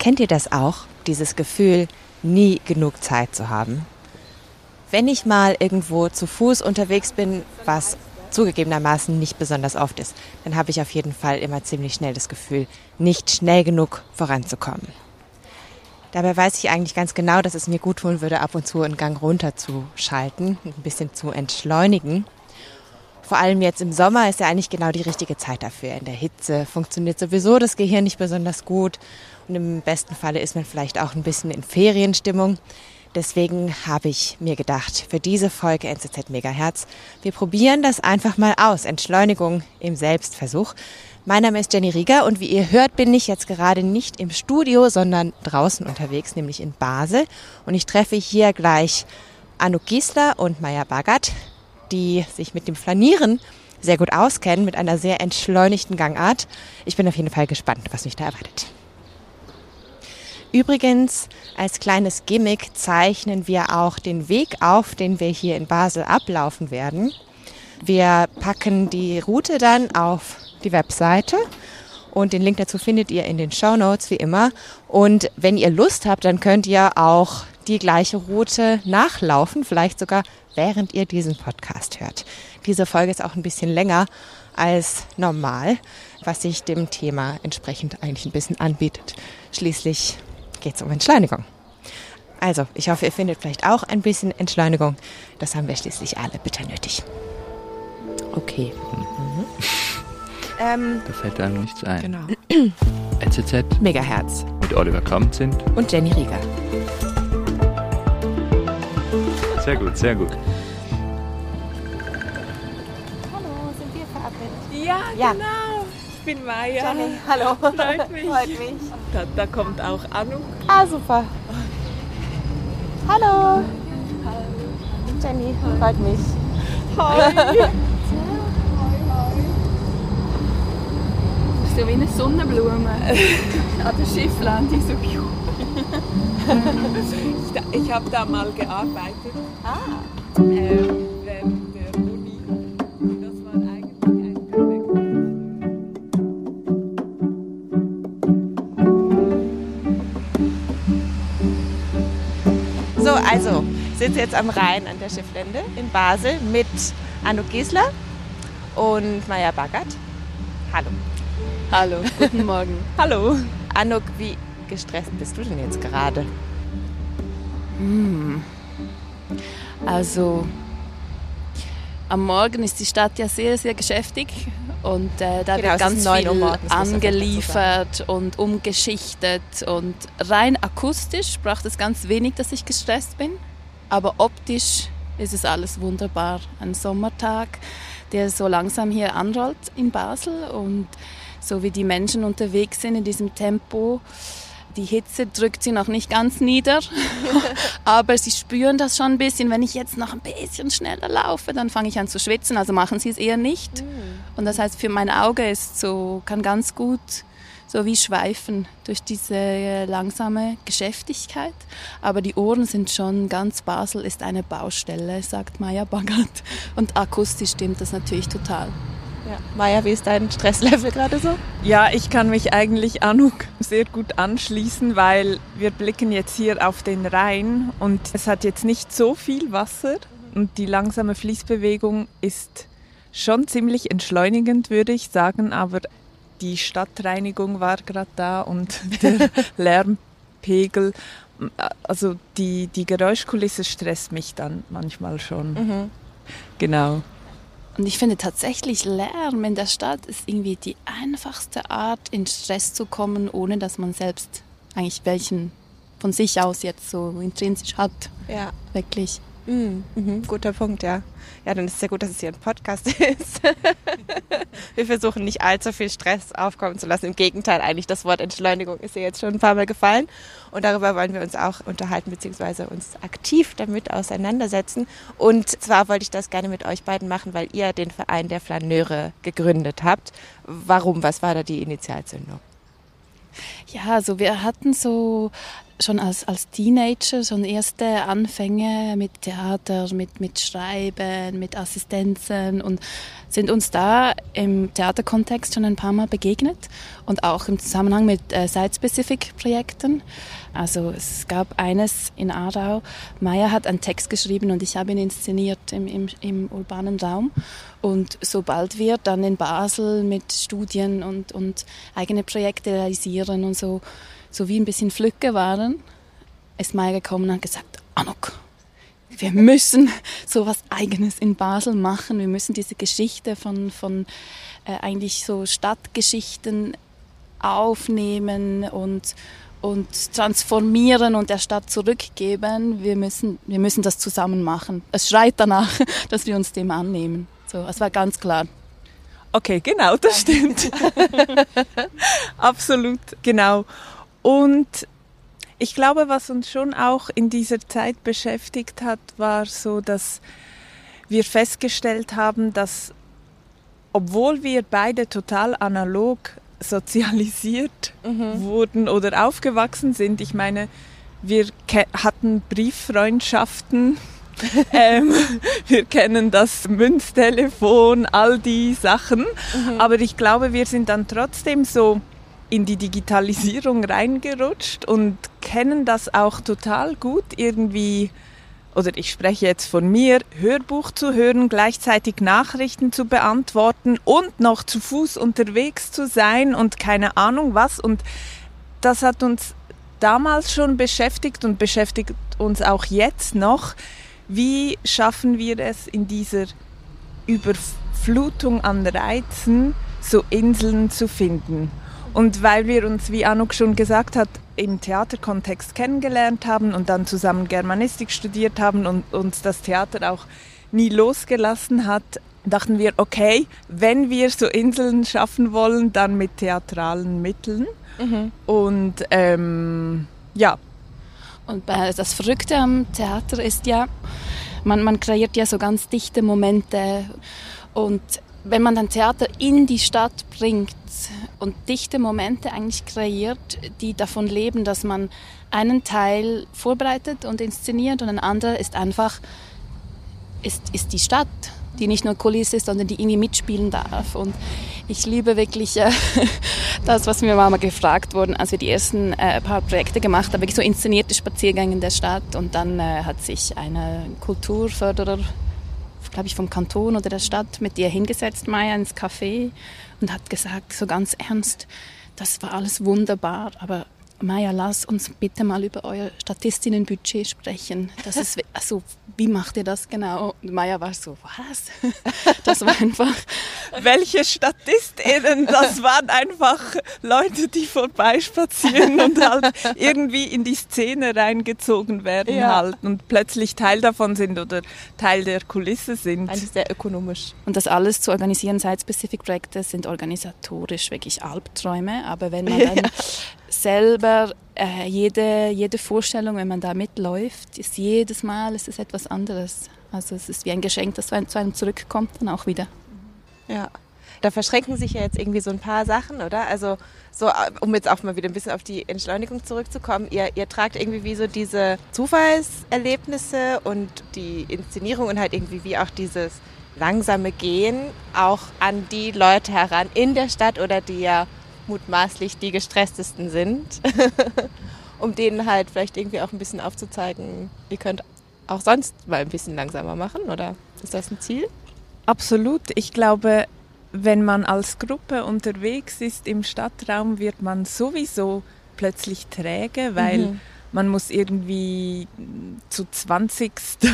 Kennt ihr das auch, dieses Gefühl, nie genug Zeit zu haben? Wenn ich mal irgendwo zu Fuß unterwegs bin, was zugegebenermaßen nicht besonders oft ist, dann habe ich auf jeden Fall immer ziemlich schnell das Gefühl, nicht schnell genug voranzukommen. Dabei weiß ich eigentlich ganz genau, dass es mir gut tun würde, ab und zu einen Gang runterzuschalten, ein bisschen zu entschleunigen. Vor allem jetzt im Sommer ist ja eigentlich genau die richtige Zeit dafür. In der Hitze funktioniert sowieso das Gehirn nicht besonders gut und im besten Falle ist man vielleicht auch ein bisschen in Ferienstimmung. Deswegen habe ich mir gedacht, für diese Folge NZZ Megahertz, wir probieren das einfach mal aus. Entschleunigung im Selbstversuch. Mein Name ist Jenny Rieger und wie ihr hört, bin ich jetzt gerade nicht im Studio, sondern draußen unterwegs, nämlich in Basel. Und ich treffe hier gleich Anouk Giesler und Maja Baggert, die sich mit dem Flanieren sehr gut auskennen, mit einer sehr entschleunigten Gangart. Ich bin auf jeden Fall gespannt, was mich da erwartet. Übrigens, als kleines Gimmick zeichnen wir auch den Weg auf, den wir hier in Basel ablaufen werden. Wir packen die Route dann auf die Webseite und den Link dazu findet ihr in den Shownotes wie immer. Und wenn ihr Lust habt, dann könnt ihr auch die gleiche Route nachlaufen, vielleicht sogar während ihr diesen Podcast hört. Diese Folge ist auch ein bisschen länger als normal, was sich dem Thema entsprechend eigentlich ein bisschen anbietet. Schließlich geht es um Entschleunigung. Also, ich hoffe, ihr findet vielleicht auch ein bisschen Entschleunigung. Das haben wir schließlich alle bitter nötig. Okay. Da fällt einem nichts ein. Genau. NZZ Megahertz mit Oliver Kampzint und Jenny Rieger. Sehr gut, sehr gut. Hallo, sind wir verabredet? Ja, genau. Ich bin Maja. Jenny, hallo. Freut mich. Freut mich. Da kommt auch Anouk. Ah, super. Hallo. Jenny, freut mich. Hi. So wie eine Sonnenblume an der Schifflandung. So. Ich habe da mal gearbeitet. Ah. Während der Uni. Das war eigentlich ein perfekter. So, also, sitze jetzt am Rhein an der Schifflände in Basel mit Anouk Giesler und Maja Baggert. Hallo. Hallo, guten Morgen. Hallo. Anouk, wie gestresst bist du denn jetzt gerade? Also, am Morgen ist die Stadt ja sehr, sehr geschäftig und da Genau, wird ganz es ist 9 Uhr viel morgens, muss man angeliefert und umgeschichtet und rein akustisch braucht es ganz wenig, dass ich gestresst bin, aber optisch ist es alles wunderbar. Ein Sommertag, der so langsam hier anrollt in Basel und so wie die Menschen unterwegs sind in diesem Tempo. Die Hitze drückt sie noch nicht ganz nieder, aber sie spüren das schon ein bisschen. Wenn ich jetzt noch ein bisschen schneller laufe, dann fange ich an zu schwitzen, also machen sie es eher nicht. Und das heißt, für mein Auge ist so, kann ganz gut so wie schweifen durch diese langsame Geschäftigkeit. Aber die Ohren sind schon, ganz Basel ist eine Baustelle, sagt Maja Baggert. Und akustisch stimmt das natürlich total. Ja. Maja, wie ist dein Stresslevel gerade so? Ja, ich kann mich eigentlich Anouk sehr gut anschließen, weil wir blicken jetzt hier auf den Rhein und es hat jetzt nicht so viel Wasser und die langsame Fließbewegung ist schon ziemlich entschleunigend, würde ich sagen, aber die Stadtreinigung war gerade da und der Lärmpegel, also die Geräuschkulisse stresst mich dann manchmal schon. Genau. Und ich finde tatsächlich, Lärm in der Stadt ist irgendwie die einfachste Art, in Stress zu kommen, ohne dass man selbst eigentlich welchen von sich aus jetzt so intrinsisch hat. Ja. Wirklich. Guter Punkt, ja. Ja, dann ist es ja gut, dass es hier ein Podcast ist. Wir versuchen nicht allzu viel Stress aufkommen zu lassen. Im Gegenteil, eigentlich das Wort Entschleunigung ist ja jetzt schon ein paar Mal gefallen. Und darüber wollen wir uns auch unterhalten, beziehungsweise uns aktiv damit auseinandersetzen. Und zwar wollte ich das gerne mit euch beiden machen, weil ihr den Verein der Flaneure gegründet habt. Warum? Was war da die Initialzündung? Ja, also wir hatten so schon als Teenager schon erste Anfänge mit Theater, mit Schreiben, mit Assistenzen und sind uns da im Theaterkontext schon ein paar Mal begegnet und auch im Zusammenhang mit Site-Specific-Projekten. Also es gab eines in Aarau, Maya hat einen Text geschrieben und ich habe ihn inszeniert im urbanen Raum. Und sobald wir dann in Basel mit Studien und eigene Projekte realisieren und so wie ein bisschen Flücke waren, ist Maya gekommen und hat gesagt, Anouk, wir müssen so was Eigenes in Basel machen. Wir müssen diese Geschichte von eigentlich so Stadtgeschichten aufnehmen und transformieren und der Stadt zurückgeben. Wir müssen das zusammen machen. Es schreit danach, dass wir uns dem annehmen. So, es war ganz klar. Okay, genau, das stimmt. Absolut, genau. Und ich glaube, was uns schon auch in dieser Zeit beschäftigt hat, war so, dass wir festgestellt haben, dass obwohl wir beide total analog sozialisiert wurden oder aufgewachsen sind, ich meine, wir hatten Brieffreundschaften, wir kennen das Münztelefon, all die Sachen, aber ich glaube, wir sind dann trotzdem so in die Digitalisierung reingerutscht und kennen das auch total gut irgendwie, oder ich spreche jetzt von mir, Hörbuch zu hören, gleichzeitig Nachrichten zu beantworten und noch zu Fuß unterwegs zu sein und keine Ahnung was. Und das hat uns damals schon beschäftigt und beschäftigt uns auch jetzt noch. Wie schaffen wir es in dieser Überflutung an Reizen, so Inseln zu finden? Und weil wir uns, wie Anouk schon gesagt hat, im Theaterkontext kennengelernt haben und dann zusammen Germanistik studiert haben und uns das Theater auch nie losgelassen hat, dachten wir, okay, wenn wir so Inseln schaffen wollen, dann mit theatralen Mitteln. Und ja. Und das Verrückte am Theater ist ja, man kreiert ja so ganz dichte Momente und wenn man dann Theater in die Stadt bringt und dichte Momente eigentlich kreiert, die davon leben, dass man einen Teil vorbereitet und inszeniert und ein anderer ist einfach ist die Stadt, die nicht nur Kulisse ist, sondern die irgendwie mitspielen darf. Und ich liebe wirklich das, was mir mal gefragt wurden, als wir die ersten paar Projekte gemacht haben, wirklich so inszenierte Spaziergänge in der Stadt und dann hat sich eine Kulturförderer, glaube ich, vom Kanton oder der Stadt mit dir hingesetzt, Maya, ins Café und hat gesagt, so ganz ernst, das war alles wunderbar, aber Maya, lass uns bitte mal über euer Statistinnenbudget sprechen. Das ist, also, wie macht ihr das genau? Und Maya war so, was? Das war einfach... Welche Statistinnen? Das waren einfach Leute, die vorbeispazieren und halt irgendwie in die Szene reingezogen werden halt und plötzlich Teil davon sind oder Teil der Kulisse sind. Eigentlich sehr ökonomisch. Und das alles zu organisieren, Site-Specific-Projekte sind organisatorisch wirklich Albträume, aber wenn man dann selber jede Vorstellung, wenn man da mitläuft, ist jedes Mal ist es etwas anderes. Also es ist wie ein Geschenk, das zu einem zurückkommt dann auch wieder. Ja, da verschränken sich ja jetzt irgendwie so ein paar Sachen, oder? Also so, um jetzt auch mal wieder ein bisschen auf die Entschleunigung zurückzukommen, ihr tragt irgendwie wie so diese Zufallserlebnisse und die Inszenierung und halt irgendwie wie auch dieses langsame Gehen auch an die Leute heran in der Stadt oder die ja mutmaßlich die gestresstesten sind, um denen halt vielleicht irgendwie auch ein bisschen aufzuzeigen, ihr könnt auch sonst mal ein bisschen langsamer machen, oder ist das ein Ziel? Absolut. Ich glaube, wenn man als Gruppe unterwegs ist im Stadtraum, wird man sowieso plötzlich träge, weil man muss irgendwie zu 20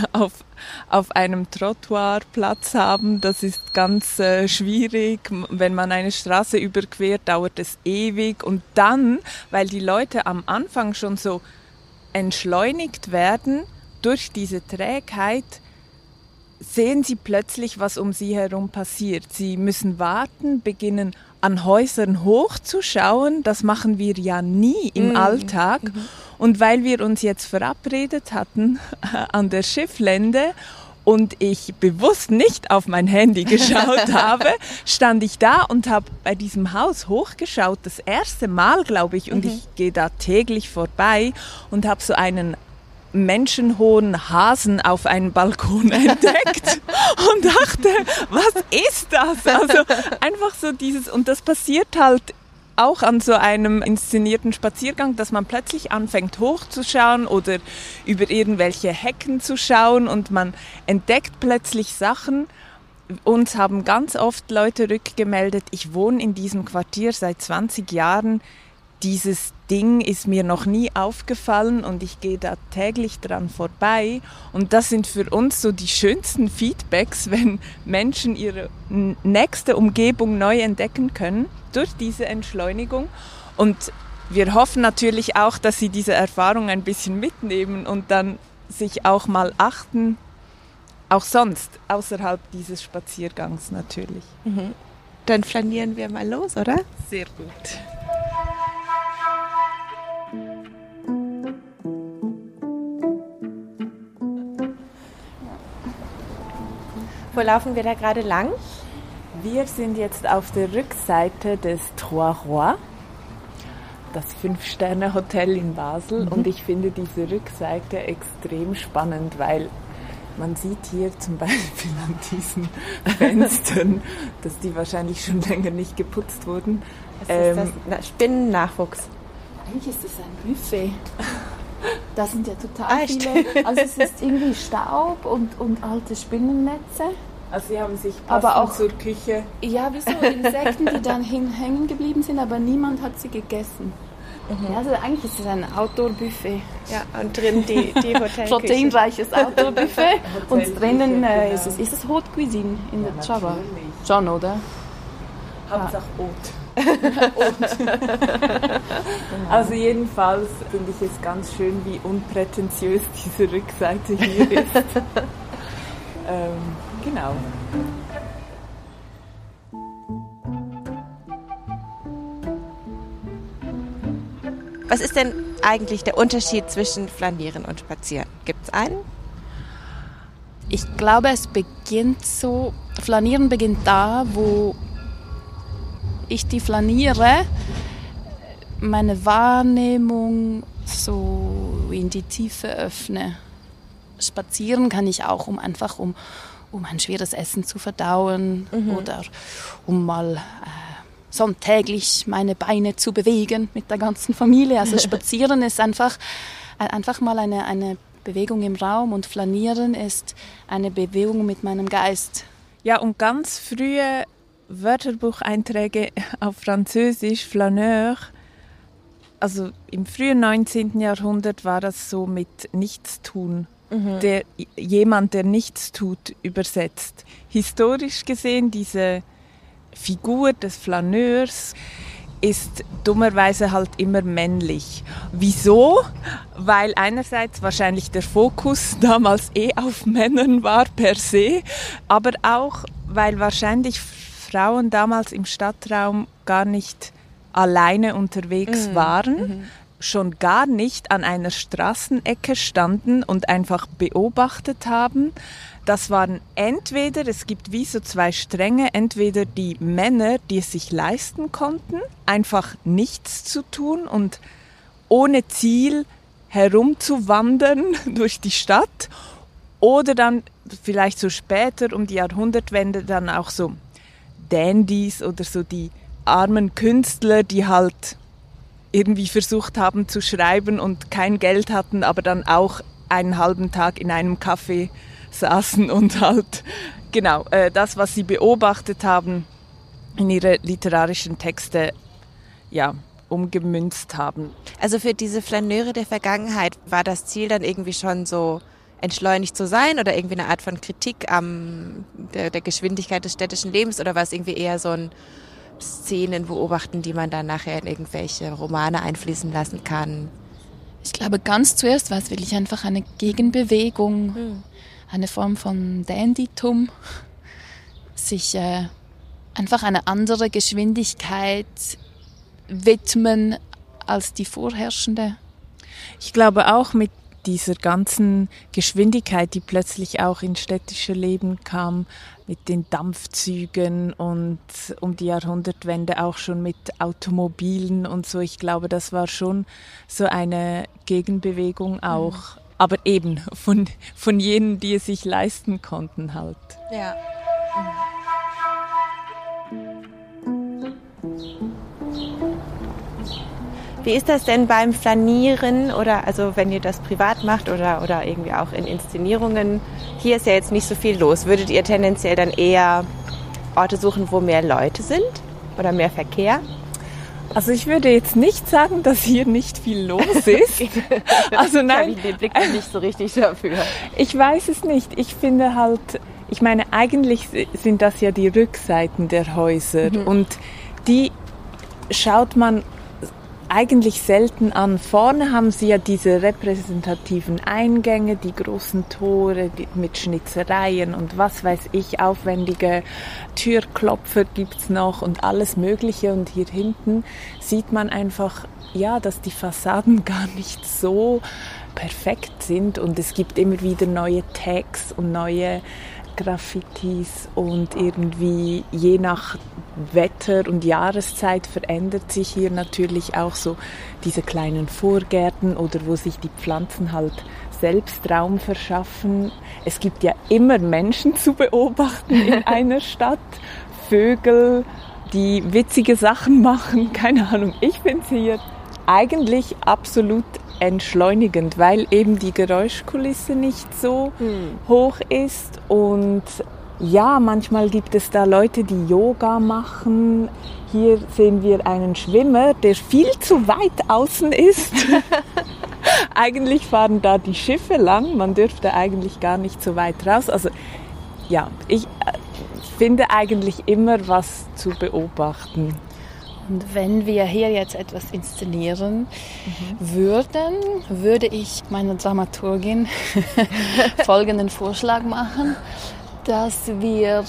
auf einem Trottoir Platz haben. Das ist ganz schwierig. Wenn man eine Straße überquert, dauert es ewig. Und dann, weil die Leute am Anfang schon so entschleunigt werden durch diese Trägheit, sehen sie plötzlich, was um sie herum passiert. Sie müssen warten, beginnen an Häusern hochzuschauen. Das machen wir ja nie im Alltag. Und weil wir uns jetzt verabredet hatten an der Schifflände und ich bewusst nicht auf mein Handy geschaut habe, stand ich da und habe bei diesem Haus hochgeschaut, das erste Mal, glaube ich, und ich gehe da täglich vorbei und habe so einen menschenhohen Hasen auf einem Balkon entdeckt und dachte, was ist das? Also einfach so dieses, und das passiert halt auch an so einem inszenierten Spaziergang, dass man plötzlich anfängt hochzuschauen oder über irgendwelche Hecken zu schauen und man entdeckt plötzlich Sachen. Uns haben ganz oft Leute rückgemeldet, ich wohne in diesem Quartier seit 20 Jahren, dieses Ding ist mir noch nie aufgefallen und ich gehe da täglich dran vorbei. Und das sind für uns so die schönsten Feedbacks, wenn Menschen ihre nächste Umgebung neu entdecken können durch diese Entschleunigung. Und wir hoffen natürlich auch, dass sie diese Erfahrung ein bisschen mitnehmen und dann sich auch mal achten, auch sonst, außerhalb dieses Spaziergangs natürlich. Dann flanieren wir mal los, oder? Sehr gut. Wo laufen wir da gerade lang? Wir sind jetzt auf der Rückseite des Trois Rois, das 5-Sterne-Hotel in Basel. Und ich finde diese Rückseite extrem spannend, weil man sieht hier zum Beispiel an diesen Fenstern, dass die wahrscheinlich schon länger nicht geputzt wurden. Was ist das? Spinnennachwuchs. Eigentlich ist es ein Buffet. Da sind ja total viele. Also es ist irgendwie Staub und alte Spinnennetze. Also sie haben sich aber auch zur Küche. Ja, wie so Insekten, die dann hängen geblieben sind, aber niemand hat sie gegessen. Ja, also eigentlich ist es ein Outdoor-Buffet. Ja, und drin die Hotelküche. Proteinreiches Outdoor-Buffet. Und drinnen ist es Haute Cuisine in der Java. Schon, oder? Hauptsache Haute. Also jedenfalls finde ich es ganz schön, wie unprätentiös diese Rückseite hier ist. Genau. Was ist denn eigentlich der Unterschied zwischen Flanieren und Spazieren? Gibt es einen? Ich glaube, Flanieren beginnt da, wo ich die flaniere, meine Wahrnehmung so in die Tiefe öffne. Spazieren kann ich auch, um ein schweres Essen zu verdauen oder um mal sonntäglich meine Beine zu bewegen mit der ganzen Familie. Also Spazieren ist einfach mal eine Bewegung im Raum und Flanieren ist eine Bewegung mit meinem Geist. Ja, und ganz frühe Wörterbucheinträge auf Französisch, Flaneur, also im frühen 19. Jahrhundert war das so mit Nichtstun. Jemand, der nichts tut, übersetzt. Historisch gesehen, diese Figur des Flaneurs ist dummerweise halt immer männlich. Wieso? Weil einerseits wahrscheinlich der Fokus damals auf Männern war per se, aber auch, weil wahrscheinlich Frauen damals im Stadtraum gar nicht alleine unterwegs waren, schon gar nicht an einer Straßenecke standen und einfach beobachtet haben. Das waren entweder, es gibt wie so zwei Stränge, entweder die Männer, die es sich leisten konnten, einfach nichts zu tun und ohne Ziel herumzuwandern durch die Stadt, oder dann vielleicht so später um die Jahrhundertwende dann auch so Dandys oder so die armen Künstler, die halt irgendwie versucht haben zu schreiben und kein Geld hatten, aber dann auch einen halben Tag in einem Café saßen und halt genau das, was sie beobachtet haben, in ihre literarischen Texte umgemünzt haben. Also für diese Flaneure der Vergangenheit war das Ziel dann irgendwie schon so entschleunigt zu sein oder irgendwie eine Art von Kritik am der Geschwindigkeit des städtischen Lebens, oder war es irgendwie eher so ein Szenen beobachten, die man dann nachher in irgendwelche Romane einfließen lassen kann? Ich glaube, ganz zuerst war es wirklich einfach eine Gegenbewegung, eine Form von Dandytum, sich einfach eine andere Geschwindigkeit widmen als die vorherrschende. Ich glaube auch mit dieser ganzen Geschwindigkeit, die plötzlich auch ins städtische Leben kam, mit den Dampfzügen und um die Jahrhundertwende auch schon mit Automobilen und so. Ich glaube, das war schon so eine Gegenbewegung auch. Aber eben von jenen, die es sich leisten konnten halt. Ja. Wie ist das denn beim Flanieren oder also wenn ihr das privat macht oder irgendwie auch in Inszenierungen? Hier ist ja jetzt nicht so viel los. Würdet ihr tendenziell dann eher Orte suchen, wo mehr Leute sind oder mehr Verkehr? Also ich würde jetzt nicht sagen, dass hier nicht viel los ist. Also nein, ich den Blick nicht so richtig dafür. Ich weiß es nicht. Ich finde halt, ich meine, eigentlich sind das ja die Rückseiten der Häuser und die schaut man eigentlich selten an. Vorne haben sie ja diese repräsentativen Eingänge, die großen Tore mit Schnitzereien und was weiß ich, aufwendige Türklopfer gibt's noch und alles Mögliche. Und hier hinten sieht man einfach, ja, dass die Fassaden gar nicht so perfekt sind und es gibt immer wieder neue Tags und neue Graffitis und irgendwie je nach Wetter und Jahreszeit verändert sich hier natürlich auch so diese kleinen Vorgärten oder wo sich die Pflanzen halt selbst Raum verschaffen. Es gibt ja immer Menschen zu beobachten in einer Stadt, Vögel, die witzige Sachen machen, keine Ahnung. Ich finde es hier eigentlich absolut entschleunigend, weil eben die Geräuschkulisse nicht so hoch ist und ja, manchmal gibt es da Leute, die Yoga machen. Hier sehen wir einen Schwimmer, der viel zu weit außen ist. Eigentlich fahren da die Schiffe lang, man dürfte eigentlich gar nicht so weit raus. Also ja, ich finde eigentlich immer was zu beobachten. Und wenn wir hier jetzt etwas inszenieren würden, würde ich meiner Dramaturgin folgenden Vorschlag machen, dass wir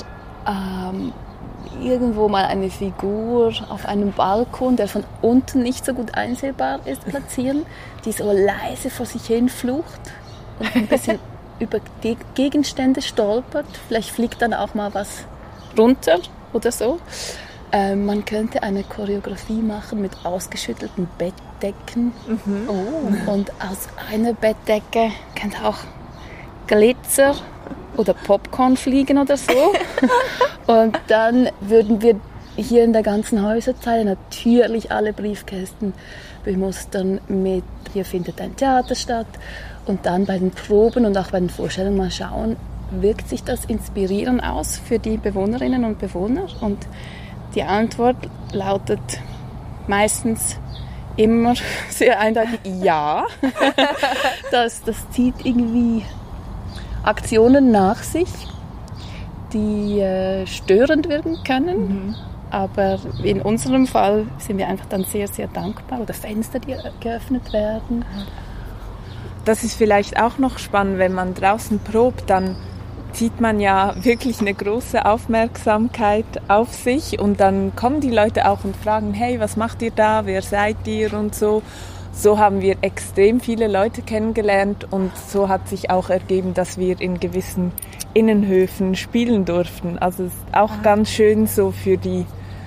irgendwo mal eine Figur auf einem Balkon, der von unten nicht so gut einsehbar ist, platzieren, die so leise vor sich hin flucht und ein bisschen über die Gegenstände stolpert. Vielleicht fliegt dann auch mal was runter oder so. Man könnte eine Choreografie machen mit ausgeschüttelten Bettdecken. Und aus einer Bettdecke könnte auch Glitzer oder Popcorn fliegen oder so. Und dann würden wir hier in der ganzen Häuserzeile natürlich alle Briefkästen bemustern mit hier findet ein Theater statt. Und dann bei den Proben und auch bei den Vorstellungen mal schauen, wirkt sich das inspirierend aus für die Bewohnerinnen und Bewohner? Und die Antwort lautet meistens immer sehr eindeutig ja. Das zieht irgendwie Aktionen nach sich, die störend wirken können. Aber in unserem Fall sind wir einfach dann sehr, sehr dankbar. Oder Fenster, die geöffnet werden. Das ist vielleicht auch noch spannend, wenn man draußen probt, dann zieht man ja wirklich eine große Aufmerksamkeit auf sich und dann kommen die Leute auch und fragen, hey, was macht ihr da, wer seid ihr und so. So haben wir extrem viele Leute kennengelernt und so hat sich auch ergeben, dass wir in gewissen Innenhöfen spielen durften. Also es ist auch ganz schön so für die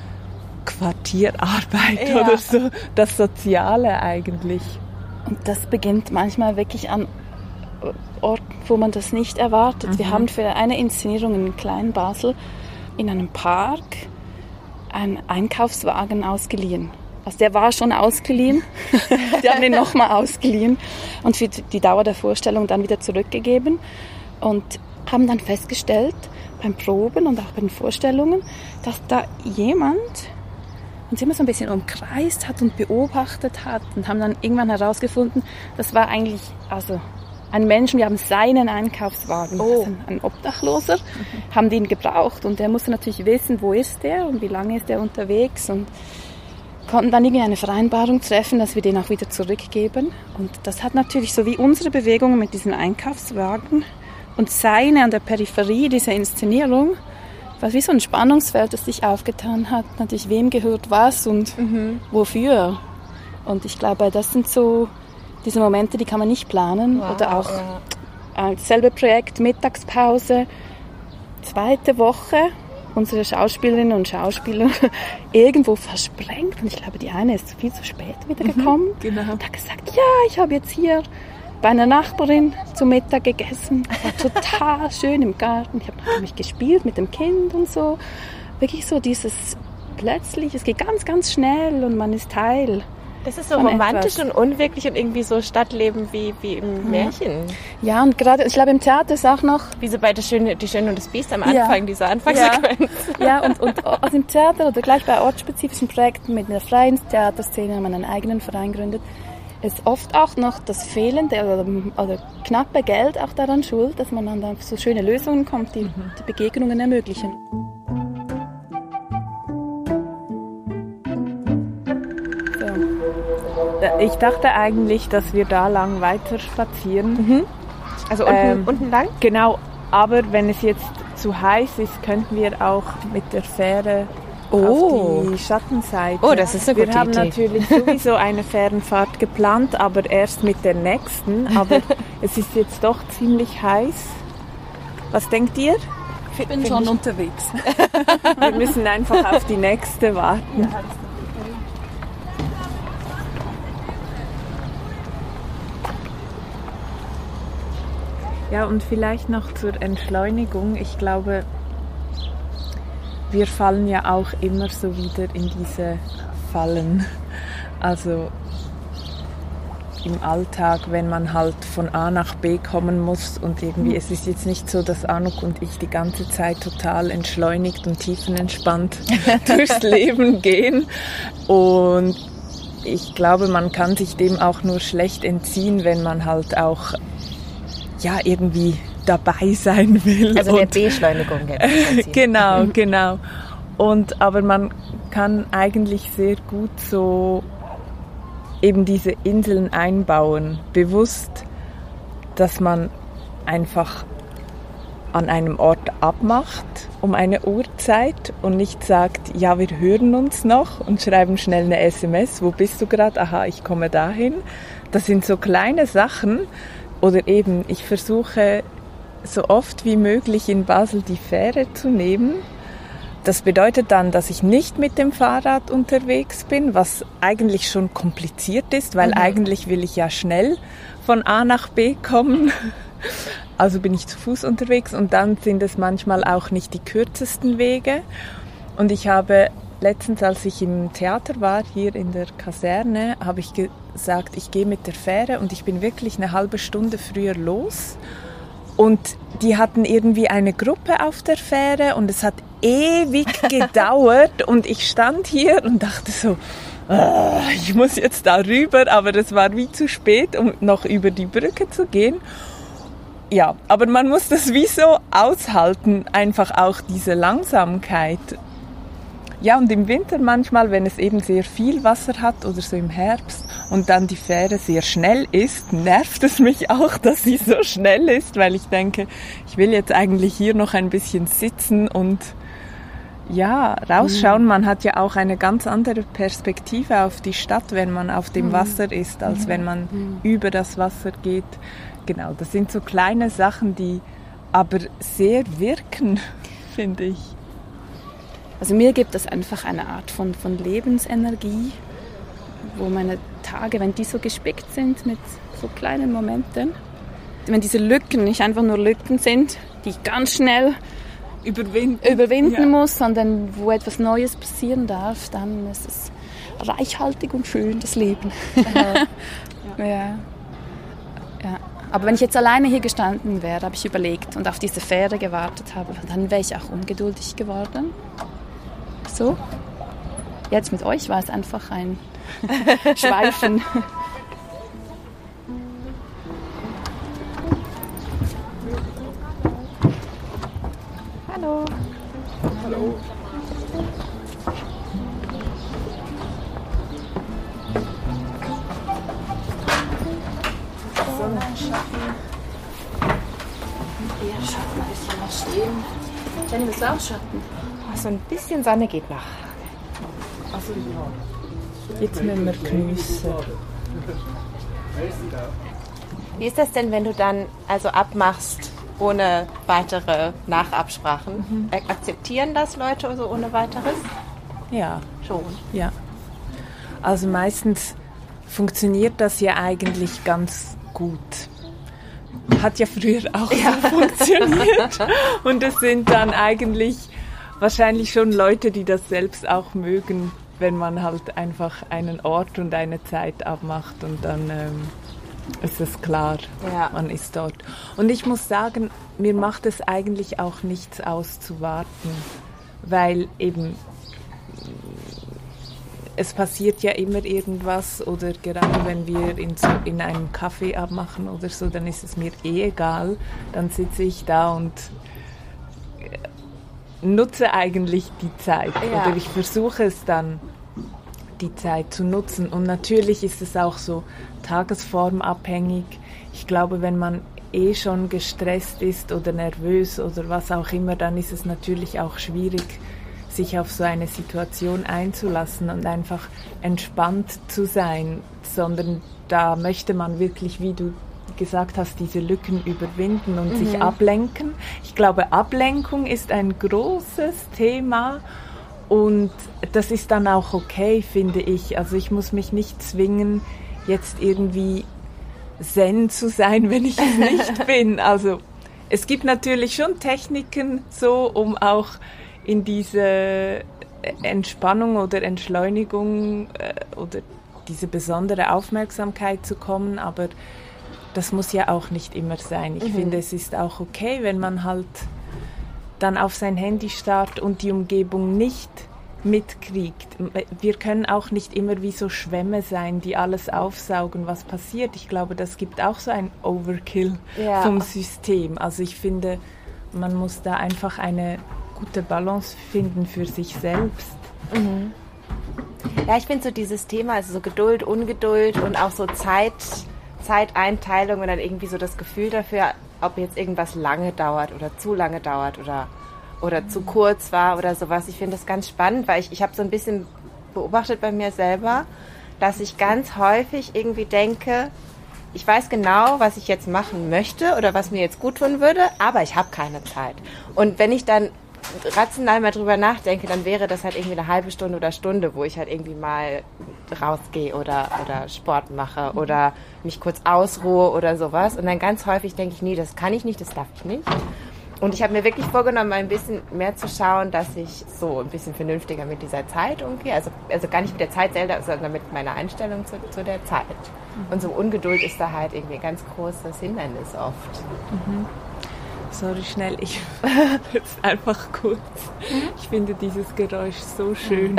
Quartierarbeit oder so, das Soziale eigentlich. Und das beginnt manchmal wirklich an Orten, wo man das nicht erwartet. Wir haben für eine Inszenierung in Klein-Basel in einem Park einen Einkaufswagen ausgeliehen. Also der war schon ausgeliehen, die haben ihn nochmal ausgeliehen und für die Dauer der Vorstellung dann wieder zurückgegeben und haben dann festgestellt beim Proben und auch bei den Vorstellungen, dass da jemand uns immer so ein bisschen umkreist hat und beobachtet hat und haben dann irgendwann herausgefunden, das war eigentlich ein Menschen, wir haben seinen Einkaufswagen, also ein Obdachloser, haben den gebraucht und der musste natürlich wissen, wo ist der und wie lange ist der unterwegs und konnten dann irgendwie eine Vereinbarung treffen, dass wir den auch wieder zurückgeben. Und das hat natürlich so wie unsere Bewegungen mit diesem Einkaufswagen und seine an der Peripherie dieser Inszenierung, was wie so ein Spannungsfeld, das sich aufgetan hat, natürlich wem gehört was und wofür. Und ich glaube, das sind so Diese Momente, die kann man nicht planen. Wow, oder auch dasselbe Projekt, Mittagspause, 2. Woche, unsere Schauspielerinnen und Schauspieler irgendwo versprengt. Und ich glaube, die eine ist viel zu spät wieder gekommen. Genau. Und hat gesagt, ja, ich habe jetzt hier bei einer Nachbarin zum Mittag gegessen. War total schön im Garten. Ich habe natürlich gespielt mit dem Kind und so. Wirklich so dieses plötzlich, es geht ganz, ganz schnell und man ist Teil. Das ist so romantisch und unwirklich und irgendwie so Stadtleben wie im Märchen. Ja, und gerade, ich glaube, im Theater ist auch noch... Wie so bei Die Schöne und das Biest am Anfang, diese Anfangssequenz. Ja, und also im Theater oder gleich bei ortsspezifischen Projekten mit einer freien Theaterszene, wenn man einen eigenen Verein gründet, ist oft auch noch das fehlende oder knappe Geld auch daran schuld, dass man dann auf so schöne Lösungen kommt, die die Begegnungen ermöglichen. Ich dachte eigentlich, dass wir da lang weiter spazieren. Also unten lang? Genau, aber wenn es jetzt zu heiß ist, könnten wir auch mit der Fähre auf die Schattenseite. Oh, das ist eine gute Idee. Wir haben natürlich sowieso eine Fährenfahrt geplant, aber erst mit der nächsten. Aber es ist jetzt doch ziemlich heiß. Was denkt ihr? Ich bin schon unterwegs. Wir müssen einfach auf die nächste warten. Ja, und vielleicht noch zur Entschleunigung. Ich glaube, wir fallen ja auch immer so wieder in diese Fallen. Also im Alltag, wenn man halt von A nach B kommen muss und irgendwie, es ist jetzt nicht so, dass Anouk und ich die ganze Zeit total entschleunigt und tiefenentspannt durchs Leben gehen. Und ich glaube, man kann sich dem auch nur schlecht entziehen, wenn man halt auch irgendwie dabei sein will. Also der Beschleunigung jetzt. Genau. Aber man kann eigentlich sehr gut so eben diese Inseln einbauen. Bewusst, dass man einfach an einem Ort abmacht um eine Uhrzeit und nicht sagt, ja, wir hören uns noch und schreiben schnell eine SMS. Wo bist du gerade? Aha, ich komme dahin. Das sind so kleine Sachen. Oder eben, ich versuche so oft wie möglich in Basel die Fähre zu nehmen. Das bedeutet dann, dass ich nicht mit dem Fahrrad unterwegs bin, was eigentlich schon kompliziert ist, weil eigentlich will ich ja schnell von A nach B kommen. Also bin ich zu Fuß unterwegs und dann sind es manchmal auch nicht die kürzesten Wege. Und ich habe letztens, als ich im Theater war, hier in der Kaserne, habe ich gesagt, ich gehe mit der Fähre und ich bin wirklich eine halbe Stunde früher los. Und die hatten irgendwie eine Gruppe auf der Fähre und es hat ewig gedauert und ich stand hier und dachte so, ich muss jetzt da rüber, aber es war wie zu spät, um noch über die Brücke zu gehen. Ja, aber man muss das wie so aushalten, einfach auch diese Langsamkeit. Ja, und im Winter manchmal, wenn es eben sehr viel Wasser hat oder so im Herbst und dann die Fähre sehr schnell ist, nervt es mich auch, dass sie so schnell ist, weil ich denke, ich will jetzt eigentlich hier noch ein bisschen sitzen und rausschauen. Man hat ja auch eine ganz andere Perspektive auf die Stadt, wenn man auf dem Wasser ist, als wenn man über das Wasser geht. Genau, das sind so kleine Sachen, die aber sehr wirken, finde ich. Also mir gibt es einfach eine Art von Lebensenergie, wo meine Tage, wenn die so gespickt sind mit so kleinen Momenten, wenn diese Lücken nicht einfach nur Lücken sind, die ich ganz schnell überwinden muss, sondern wo etwas Neues passieren darf, dann ist es reichhaltig und schön, das Leben. Ja. Aber wenn ich jetzt alleine hier gestanden wäre, habe ich überlegt und auf diese Fähre gewartet habe, dann wäre ich auch ungeduldig geworden. So. Jetzt mit euch war es einfach ein Schweifen. Hallo. Hallo. Ja, Schatten, ein bisschen noch stehen. Jenny, willst du auch Schatten? So ein bisschen Sonne geht noch. Also jetzt müssen wir geniessen. Wie ist das denn, wenn du dann also abmachst ohne weitere Nachabsprachen? Akzeptieren das Leute so ohne weiteres? Ja, Schon. ja. Also meistens funktioniert das ja eigentlich ganz gut. Hat ja früher auch so funktioniert. Und es sind dann eigentlich wahrscheinlich schon Leute, die das selbst auch mögen, wenn man halt einfach einen Ort und eine Zeit abmacht und dann ist es klar, man ist dort. Und ich muss sagen, mir macht es eigentlich auch nichts aus zu warten, weil eben es passiert ja immer irgendwas oder gerade wenn wir in einem Café abmachen oder so, dann ist es mir egal. Dann sitze ich da und nutze eigentlich die Zeit oder ich versuche es dann, die Zeit zu nutzen. Und natürlich ist es auch so tagesformabhängig. Ich glaube, wenn man schon gestresst ist oder nervös oder was auch immer, dann ist es natürlich auch schwierig, sich auf so eine Situation einzulassen und einfach entspannt zu sein, sondern da möchte man wirklich, wie du gesagt hast, diese Lücken überwinden und sich ablenken. Ich glaube, Ablenkung ist ein großes Thema und das ist dann auch okay, finde ich. Also ich muss mich nicht zwingen, jetzt irgendwie zen zu sein, wenn ich es nicht bin. Also es gibt natürlich schon Techniken so, um auch in diese Entspannung oder Entschleunigung oder diese besondere Aufmerksamkeit zu kommen, aber das muss ja auch nicht immer sein. Ich finde, es ist auch okay, wenn man halt dann auf sein Handy starrt und die Umgebung nicht mitkriegt. Wir können auch nicht immer wie so Schwämme sein, die alles aufsaugen, was passiert. Ich glaube, das gibt auch so ein Overkill vom System. Also ich finde, man muss da einfach eine gute Balance finden für sich selbst. Ja, ich finde so dieses Thema, also so Geduld, Ungeduld und auch so Zeiteinteilung und dann irgendwie so das Gefühl dafür, ob jetzt irgendwas lange dauert oder zu lange dauert oder zu kurz war oder sowas. Ich finde das ganz spannend, weil ich habe so ein bisschen beobachtet bei mir selber, dass ich ganz häufig irgendwie denke, ich weiß genau, was ich jetzt machen möchte oder was mir jetzt gut tun würde, aber ich habe keine Zeit. Und wenn ich dann rational mal drüber nachdenke, dann wäre das halt irgendwie eine halbe Stunde oder Stunde, wo ich halt irgendwie mal rausgehe oder Sport mache oder mich kurz ausruhe oder sowas. Und dann ganz häufig denke ich, nee, das kann ich nicht, das darf ich nicht. Und ich habe mir wirklich vorgenommen, mal ein bisschen mehr zu schauen, dass ich so ein bisschen vernünftiger mit dieser Zeit umgehe. Also gar nicht mit der Zeit selber, sondern mit meiner Einstellung zu der Zeit. Und so Ungeduld ist da halt irgendwie ein ganz großes Hindernis oft. Sorry, schnell, ich jetzt einfach kurz. Ich finde dieses Geräusch so schön.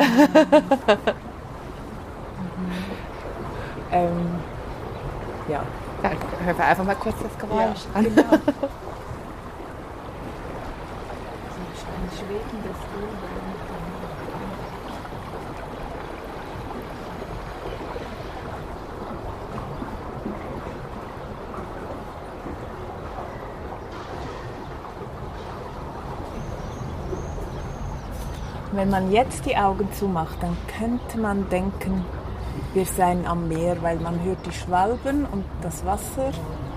Ja. Dann hören wir einfach mal kurz das Geräusch an. Genau. Wenn man jetzt die Augen zumacht, dann könnte man denken, wir seien am Meer, weil man hört die Schwalben und das Wasser.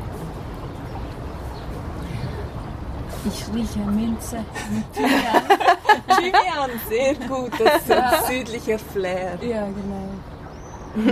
Ich rieche Minze. Thymian, sehr gut, das ist ein südlicher Flair. Ja, genau.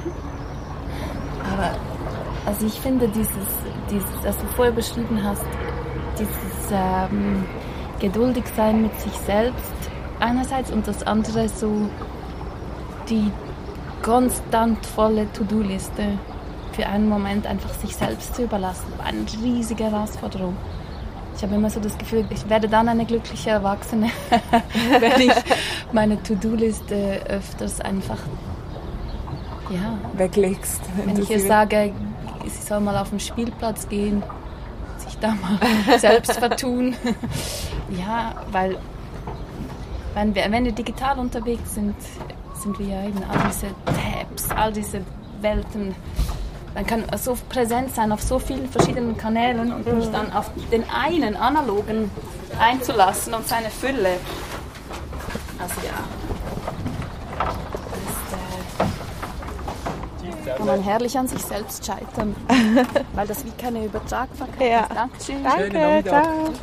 Aber also ich finde dieses, was du vorher beschrieben hast, dieses geduldig sein mit sich selbst einerseits und das andere so die konstant volle To-Do-Liste für einen Moment einfach sich selbst zu überlassen, war eine riesige Herausforderung. Ich habe immer so das Gefühl, ich werde dann eine glückliche Erwachsene, wenn ich meine To-Do-Liste öfters einfach weglegst. Wenn ich ihr sage, sie soll mal auf den Spielplatz gehen, sich da mal selbst vertun. Ja, weil wenn wir digital unterwegs sind wir ja eben all diese Tabs, all diese Welten. Man kann so präsent sein auf so vielen verschiedenen Kanälen und mich dann auf den einen analogen einzulassen und seine Fülle. Also ja. Kann man herrlich an sich selbst scheitern, weil das wie keine Übertragbarkeit Ja. ist. Dankeschön. Danke, ciao.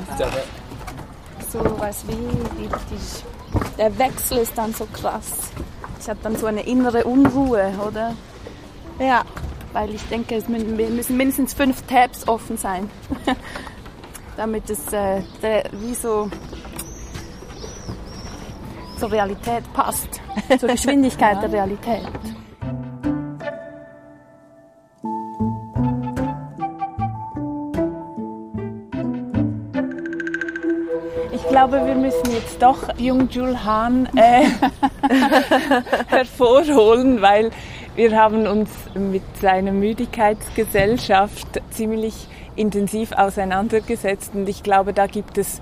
So was wie der Wechsel ist dann so krass. Ich habe dann so eine innere Unruhe, oder? Ja. Weil ich denke, es müssen mindestens 5 Tabs offen sein, damit es wie so zur Realität passt, zur Geschwindigkeit der Realität. Ich glaube, wir müssen jetzt doch Byung-Chul Han hervorholen, weil wir haben uns mit seiner Müdigkeitsgesellschaft ziemlich intensiv auseinandergesetzt und ich glaube, da gibt es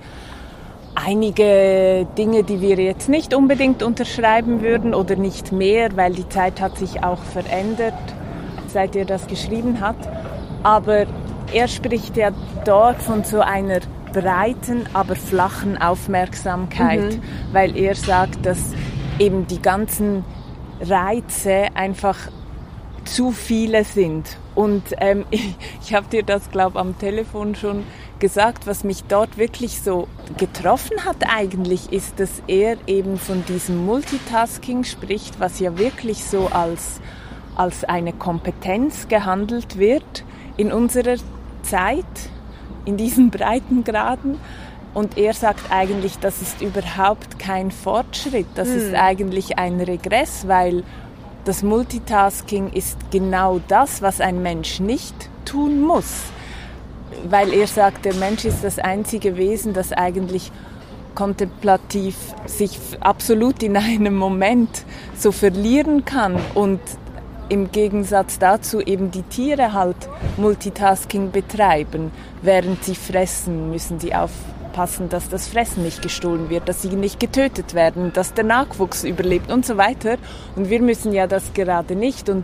einige Dinge, die wir jetzt nicht unbedingt unterschreiben würden oder nicht mehr, weil die Zeit hat sich auch verändert, seit er das geschrieben hat. Aber er spricht ja dort von so einer breiten, aber flachen Aufmerksamkeit, weil er sagt, dass eben die ganzen Reize einfach zu viele sind. Und ich habe dir das, glaube ich, am Telefon schon gesagt, was mich dort wirklich so getroffen hat eigentlich, ist, dass er eben von diesem Multitasking spricht, was ja wirklich so als eine Kompetenz gehandelt wird in unserer Zeit, in diesen Breitengraden. Und er sagt eigentlich, das ist überhaupt kein Fortschritt, das ist eigentlich ein Regress, weil das Multitasking ist genau das, was ein Mensch nicht tun muss. Weil er sagt, der Mensch ist das einzige Wesen, das eigentlich kontemplativ sich absolut in einem Moment so verlieren kann und im Gegensatz dazu eben die Tiere halt Multitasking betreiben. Während sie fressen, müssen sie aufpassen, dass das Fressen nicht gestohlen wird, dass sie nicht getötet werden, dass der Nachwuchs überlebt und so weiter. Und wir müssen ja das gerade nicht. Und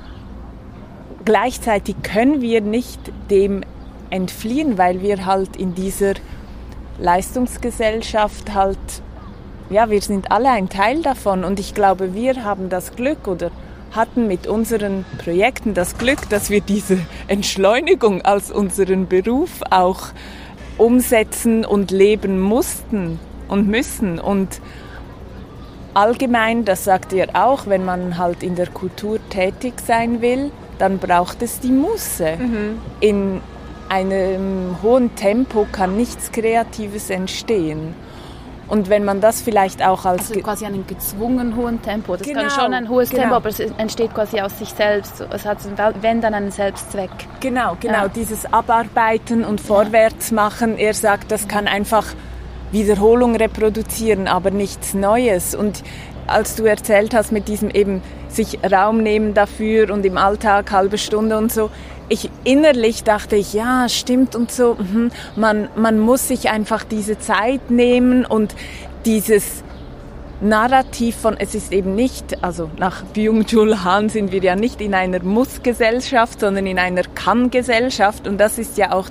gleichzeitig können wir nicht dem entfliehen, weil wir halt in dieser Leistungsgesellschaft halt, ja, wir sind alle ein Teil davon. Und ich glaube, wir haben das Glück oder hatten mit unseren Projekten das Glück, dass wir diese Entschleunigung als unseren Beruf auch umsetzen und leben mussten und müssen. Und allgemein, das sagt ihr auch, wenn man halt in der Kultur tätig sein will, dann braucht es die Muße. In einem hohen Tempo kann nichts Kreatives entstehen. Und wenn man das vielleicht auch als... Also quasi einen gezwungen hohen Tempo. Das kann schon ein hohes Tempo, aber es entsteht quasi aus sich selbst. Es hat, wenn, dann einen Selbstzweck. Genau, dieses Abarbeiten und Vorwärtsmachen. Er sagt, das kann einfach Wiederholung reproduzieren, aber nichts Neues. Und als du erzählt hast mit diesem eben sich Raum nehmen dafür und im Alltag halbe Stunde und so, innerlich dachte ich, ja, stimmt und so, man muss sich einfach diese Zeit nehmen und dieses Narrativ von, es ist eben nicht, also nach Byung-Chul Han sind wir ja nicht in einer Muss-Gesellschaft, sondern in einer Kann-Gesellschaft und das ist ja auch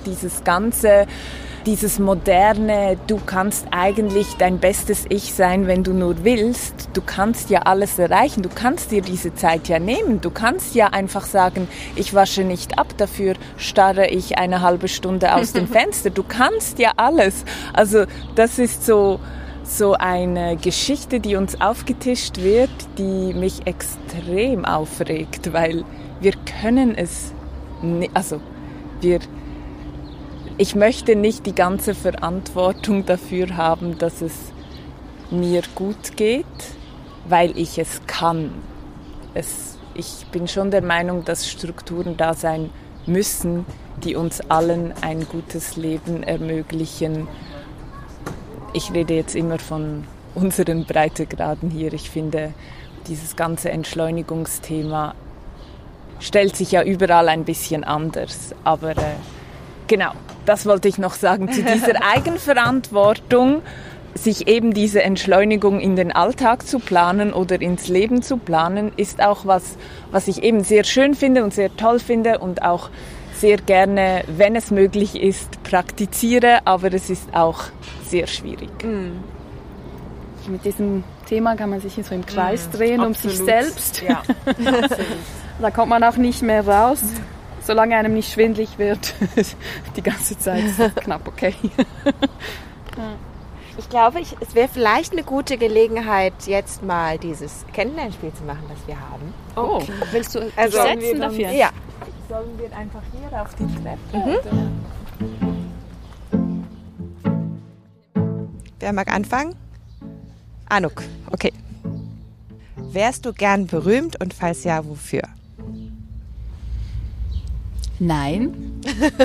dieses moderne, du kannst eigentlich dein bestes Ich sein, wenn du nur willst. Du kannst ja alles erreichen. Du kannst dir diese Zeit ja nehmen. Du kannst ja einfach sagen, ich wasche nicht ab, dafür starre ich eine halbe Stunde aus dem Fenster. Du kannst ja alles. Also das ist so eine Geschichte, die uns aufgetischt wird, die mich extrem aufregt, weil wir können es nicht, ich möchte nicht die ganze Verantwortung dafür haben, dass es mir gut geht, weil ich es kann. Ich bin schon der Meinung, dass Strukturen da sein müssen, die uns allen ein gutes Leben ermöglichen. Ich rede jetzt immer von unseren Breitegraden hier. Ich finde, dieses ganze Entschleunigungsthema stellt sich ja überall ein bisschen anders, aber genau, das wollte ich noch sagen. Zu dieser Eigenverantwortung, sich eben diese Entschleunigung in den Alltag zu planen oder ins Leben zu planen, ist auch was ich eben sehr schön finde und sehr toll finde und auch sehr gerne, wenn es möglich ist, praktiziere, aber es ist auch sehr schwierig. Mit diesem Thema kann man sich so im Kreis drehen, um sich selbst. Ja, absolut. Da kommt man auch nicht mehr raus, solange einem nicht schwindelig wird. Die ganze Zeit ist es knapp okay. Ich glaube, es wäre vielleicht eine gute Gelegenheit, jetzt mal dieses Kennenlernspiel zu machen, das wir haben. Oh, okay. Willst du setzen dafür? Ja. Sollen wir einfach hier auf die Treppe? Wer mag anfangen? Anuk, okay. Wärst du gern berühmt und falls ja, wofür? Nein.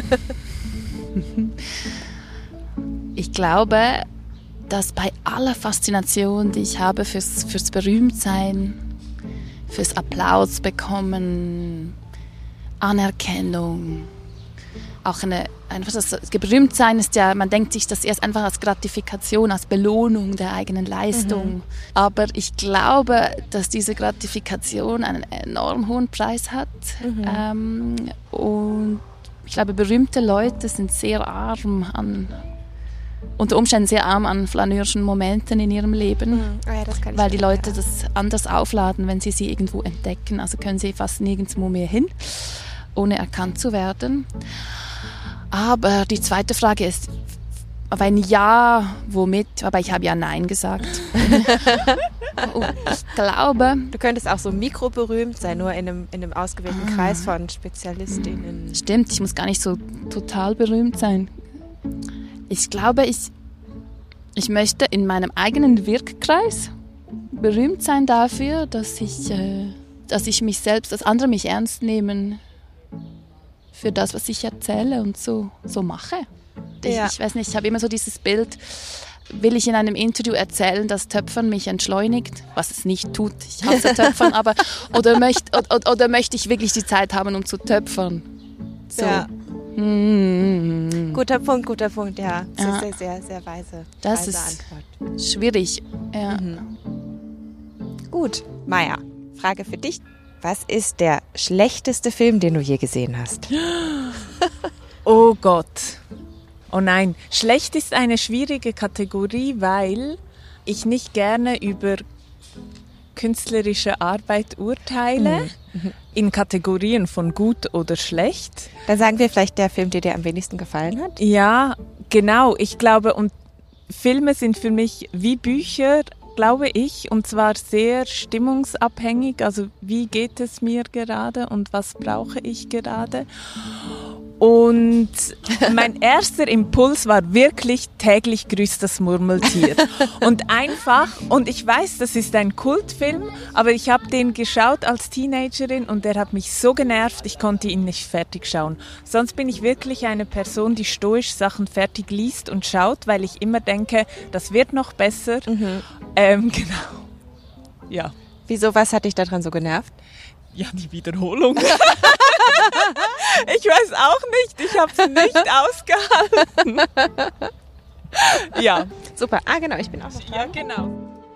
Ich glaube, dass bei aller Faszination, die ich habe fürs Berühmtsein, fürs Applaus bekommen, Anerkennung, auch einfach das Berühmtsein ist ja, man denkt sich das erst einfach als Gratifikation, als Belohnung der eigenen Leistung. Aber ich glaube, dass diese Gratifikation einen enorm hohen Preis hat. Und ich glaube, berühmte Leute sind sehr arm unter Umständen sehr arm an flaneurischen Momenten in ihrem Leben, weil die Leute das anders aufladen, wenn sie irgendwo entdecken. Also können sie fast nirgendwo mehr hin, ohne erkannt zu werden. Aber die zweite Frage ist, wenn ja, womit? Aber ich habe ja Nein gesagt. Ich glaube... Du könntest auch so mikroberühmt sein, nur in einem ausgewählten Kreis von Spezialistinnen. Stimmt, ich muss gar nicht so total berühmt sein. Ich glaube, ich möchte in meinem eigenen Wirkkreis berühmt sein dafür, dass ich mich selbst, dass andere mich ernst nehmen für das, was ich erzähle und so mache. Ich weiß nicht, ich habe immer so dieses Bild, will ich in einem Interview erzählen, dass Töpfern mich entschleunigt, was es nicht tut, ich hasse Töpfern, aber oder möchte ich wirklich die Zeit haben, um zu töpfern? So. Ja. Guter Punkt, ja. Das ist sehr, sehr weise Antwort. Schwierig, ja. Gut, Maja, Frage für dich. Was ist der schlechteste Film, den du je gesehen hast? Oh Gott. Oh nein, schlecht ist eine schwierige Kategorie, weil ich nicht gerne über künstlerische Arbeit urteile, in Kategorien von gut oder schlecht. Dann sagen wir vielleicht der Film, der dir am wenigsten gefallen hat? Ja, genau. Ich glaube, und Filme sind für mich wie Bücher, glaube ich, und zwar sehr stimmungsabhängig. Also wie geht es mir gerade und was brauche ich gerade? Und mein erster Impuls war wirklich täglich grüßt das Murmeltier. Und ich weiß, das ist ein Kultfilm, aber ich habe den geschaut als Teenagerin und der hat mich so genervt, ich konnte ihn nicht fertig schauen. Sonst bin ich wirklich eine Person, die stoisch Sachen fertig liest und schaut, weil ich immer denke, das wird noch besser. Genau. Ja. Wieso, was hat dich daran so genervt? Ja, die Wiederholung. Ich weiß auch nicht, ich habe es nicht ausgehalten. Ja. Super, genau, ich bin auch noch dran. Ja, genau.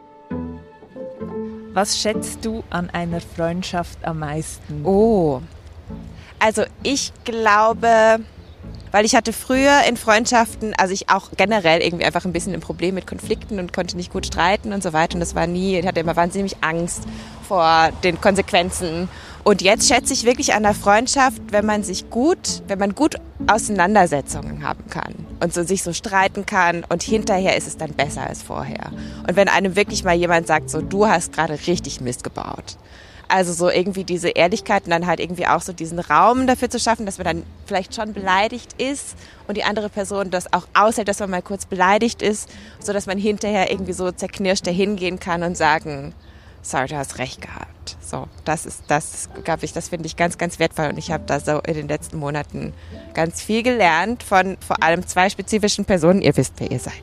Was schätzt du an einer Freundschaft am meisten? Oh, also ich glaube, weil ich hatte früher in Freundschaften, also ich auch generell irgendwie einfach ein bisschen ein Problem mit Konflikten und konnte nicht gut streiten und so weiter. Und das war ich hatte immer wahnsinnig Angst vor den Konsequenzen. Und jetzt schätze ich wirklich an der Freundschaft, wenn man gut Auseinandersetzungen haben kann und sich so streiten kann und hinterher ist es dann besser als vorher. Und wenn einem wirklich mal jemand sagt, so du hast gerade richtig Mist gebaut. Also so irgendwie diese Ehrlichkeit und dann halt irgendwie auch so diesen Raum dafür zu schaffen, dass man dann vielleicht schon beleidigt ist und die andere Person das auch aushält, dass man mal kurz beleidigt ist, so dass man hinterher irgendwie so zerknirscht hingehen kann und sagen, sorry, du hast recht gehabt. So, das finde ich ganz, ganz wertvoll und ich habe da so in den letzten Monaten ganz viel gelernt von vor allem 2 spezifischen Personen. Ihr wisst, wer ihr seid.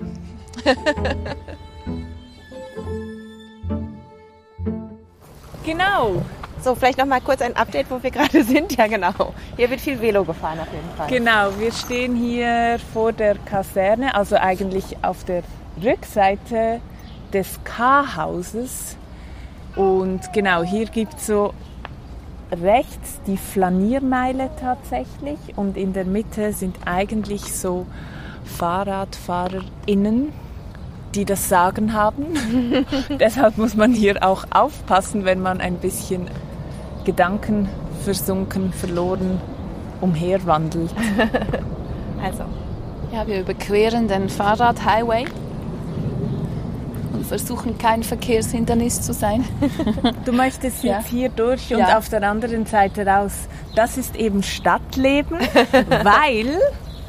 Genau. So, vielleicht noch mal kurz ein Update, wo wir gerade sind. Ja, genau. Hier wird viel Velo gefahren auf jeden Fall. Genau, wir stehen hier vor der Kaserne, also eigentlich auf der Rückseite des K-Hauses. Und genau, hier gibt es so rechts die Flaniermeile tatsächlich und in der Mitte sind eigentlich so FahrradfahrerInnen, die das Sagen haben. Deshalb muss man hier auch aufpassen, wenn man ein bisschen Gedanken versunken, verloren umherwandelt. Also, Ja, wir überqueren den Fahrradhighway und versuchen kein Verkehrshindernis zu sein. Du möchtest jetzt hier durch und auf der anderen Seite raus. Das ist eben Stadtleben, weil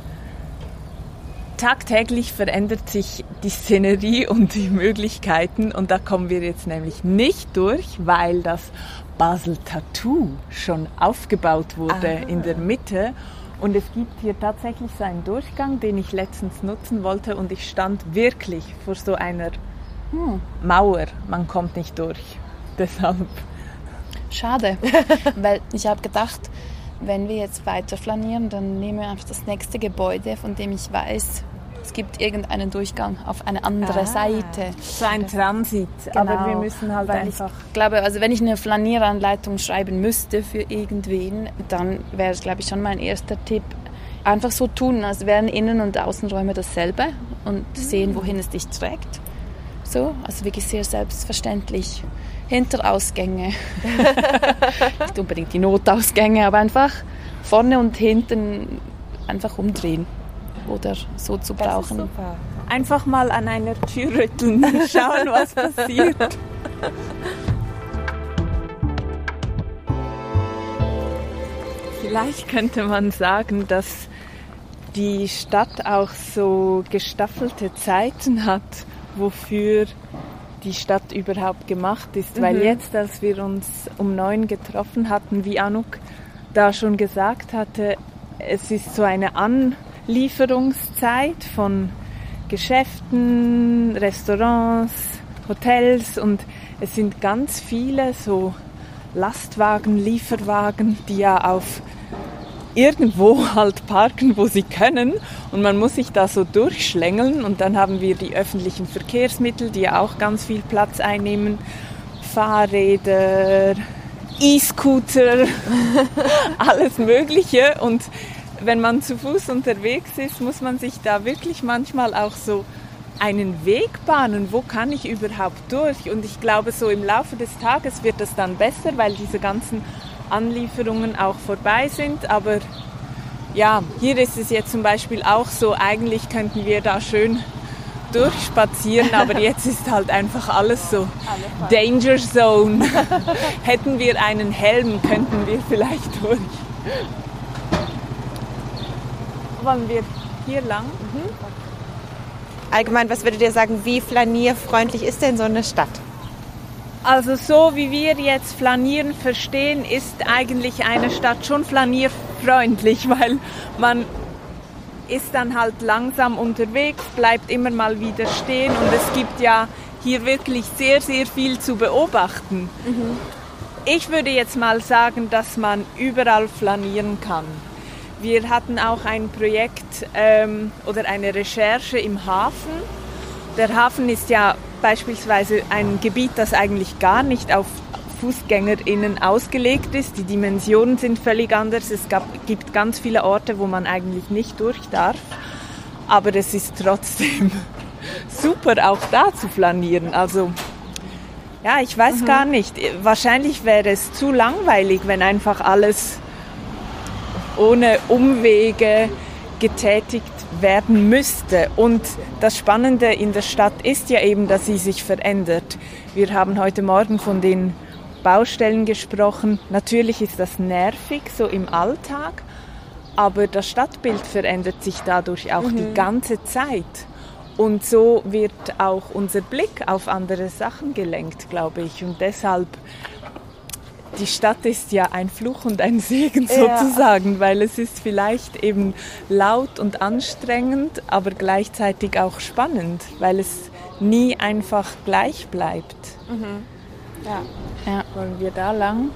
tagtäglich verändert sich die Szenerie und die Möglichkeiten und da kommen wir jetzt nämlich nicht durch, weil das Basel Tattoo schon aufgebaut wurde in der Mitte. Und es gibt hier tatsächlich so einen Durchgang, den ich letztens nutzen wollte und ich stand wirklich vor so einer Mauer. Man kommt nicht durch. Deshalb. Schade, weil ich habe gedacht, wenn wir jetzt weiter flanieren, dann nehmen wir einfach das nächste Gebäude, von dem ich weiß, es gibt irgendeinen Durchgang auf eine andere Seite. So ein Transit, Genau, aber wir müssen halt weil einfach... Ich glaube, also wenn ich eine Flanieranleitung schreiben müsste für irgendwen, dann wäre es, glaube ich, schon mein erster Tipp, einfach so tun, als wären Innen- und Außenräume dasselbe und sehen, wohin es dich trägt. So, also wirklich sehr selbstverständlich. Hinterausgänge, nicht unbedingt die Notausgänge, aber einfach vorne und hinten einfach umdrehen oder so zu brauchen. das ist super. Einfach mal an einer Tür rütteln, schauen, was passiert. Vielleicht könnte man sagen, dass die Stadt auch so gestaffelte Zeiten hat, wofür die Stadt überhaupt gemacht ist. Weil jetzt, als wir uns um 9 getroffen hatten, wie Anouk da schon gesagt hatte, es ist so eine Anlieferungszeit von Geschäften, Restaurants, Hotels und es sind ganz viele so Lastwagen, Lieferwagen, die ja auf irgendwo halt parken, wo sie können und man muss sich da so durchschlängeln und dann haben wir die öffentlichen Verkehrsmittel, die ja auch ganz viel Platz einnehmen, Fahrräder, E-Scooter, alles Mögliche und wenn man zu Fuß unterwegs ist, muss man sich da wirklich manchmal auch so einen Weg bahnen, wo kann ich überhaupt durch und ich glaube so im Laufe des Tages wird das dann besser, weil diese ganzen Anlieferungen auch vorbei sind, aber ja, hier ist es jetzt zum Beispiel auch so, eigentlich könnten wir da schön durchspazieren, aber jetzt ist halt einfach alles so Danger Zone. Hätten wir einen Helm, könnten wir vielleicht durch. Wollen wir hier lang? Allgemein, was würdet ihr sagen, wie flanierfreundlich ist denn so eine Stadt? Also so wie wir jetzt Flanieren verstehen, ist eigentlich eine Stadt schon flanierfreundlich, weil man ist dann halt langsam unterwegs, bleibt immer mal wieder stehen und es gibt ja hier wirklich sehr, sehr viel zu beobachten. Ich würde jetzt mal sagen, dass man überall flanieren kann. Wir hatten auch ein Projekt oder eine Recherche im Hafen. Der Hafen ist ja beispielsweise ein Gebiet, das eigentlich gar nicht auf FußgängerInnen ausgelegt ist. Die Dimensionen sind völlig anders. Es gibt ganz viele Orte, wo man eigentlich nicht durch darf. Aber es ist trotzdem super, auch da zu flanieren. Also, ja, ich weiß gar nicht. Wahrscheinlich wäre es zu langweilig, wenn einfach alles ohne Umwege getätigt werden müsste. Und das Spannende in der Stadt ist ja eben, dass sie sich verändert. Wir haben heute Morgen von den Baustellen gesprochen. Natürlich ist das nervig, so im Alltag, aber das Stadtbild verändert sich dadurch auch die ganze Zeit. Und so wird auch unser Blick auf andere Sachen gelenkt, glaube ich. Und deshalb, die Stadt ist ja ein Fluch und ein Segen sozusagen, weil es ist vielleicht eben laut und anstrengend, aber gleichzeitig auch spannend, weil es nie einfach gleich bleibt. Ja. Wollen wir da lang?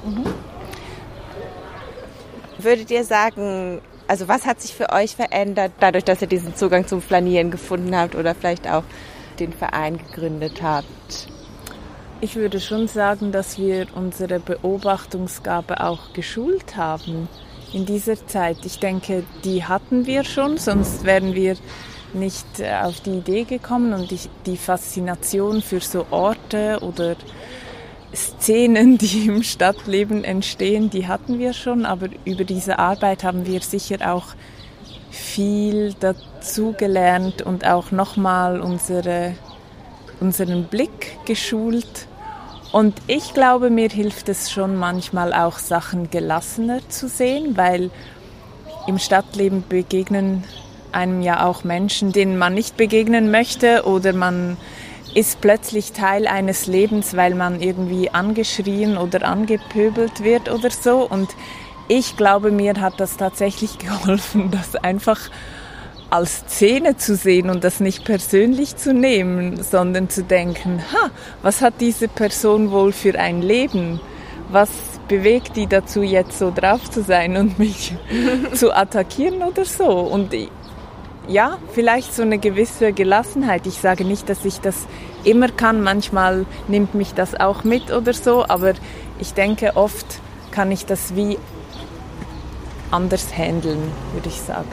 Würdet ihr sagen, also was hat sich für euch verändert, dadurch, dass ihr diesen Zugang zum Flanieren gefunden habt oder vielleicht auch den Verein gegründet habt? Ich würde schon sagen, dass wir unsere Beobachtungsgabe auch geschult haben in dieser Zeit. Ich denke, die hatten wir schon, sonst wären wir nicht auf die Idee gekommen. Und die Faszination für so Orte oder Szenen, die im Stadtleben entstehen, die hatten wir schon, aber über diese Arbeit haben wir sicher auch viel dazugelernt und auch nochmal unseren Blick geschult. Und ich glaube, mir hilft es schon manchmal auch, Sachen gelassener zu sehen, weil im Stadtleben begegnen einem ja auch Menschen, denen man nicht begegnen möchte, oder man ist plötzlich Teil eines Lebens, weil man irgendwie angeschrien oder angepöbelt wird oder so. Und ich glaube, mir hat das tatsächlich geholfen, das einfach als Szene zu sehen und das nicht persönlich zu nehmen, sondern zu denken, was hat diese Person wohl für ein Leben? Was bewegt die dazu, jetzt so drauf zu sein und mich zu attackieren oder so? Und ja, vielleicht so eine gewisse Gelassenheit. Ich sage nicht, dass ich das immer kann. Manchmal nimmt mich das auch mit oder so. Aber ich denke, oft kann ich das wie anders handeln, würde ich sagen.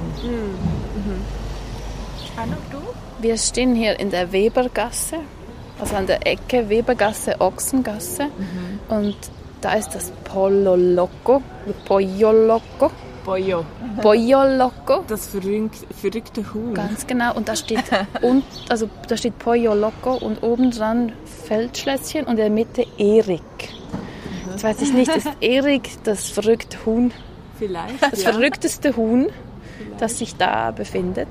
Anuk, du? Wir stehen hier in der Webergasse, also an der Ecke Webergasse, Ochsengasse. Und da ist das Pollo Loco. Pollo Loco. Das verrückte Huhn. Ganz genau. Und da steht, da steht Pollo Loco und oben dran Feldschlösschen und in der Mitte Erik. Jetzt weiß ich nicht, ist Erik das verrückte Huhn? Vielleicht. Das verrückteste Huhn, das sich da befindet.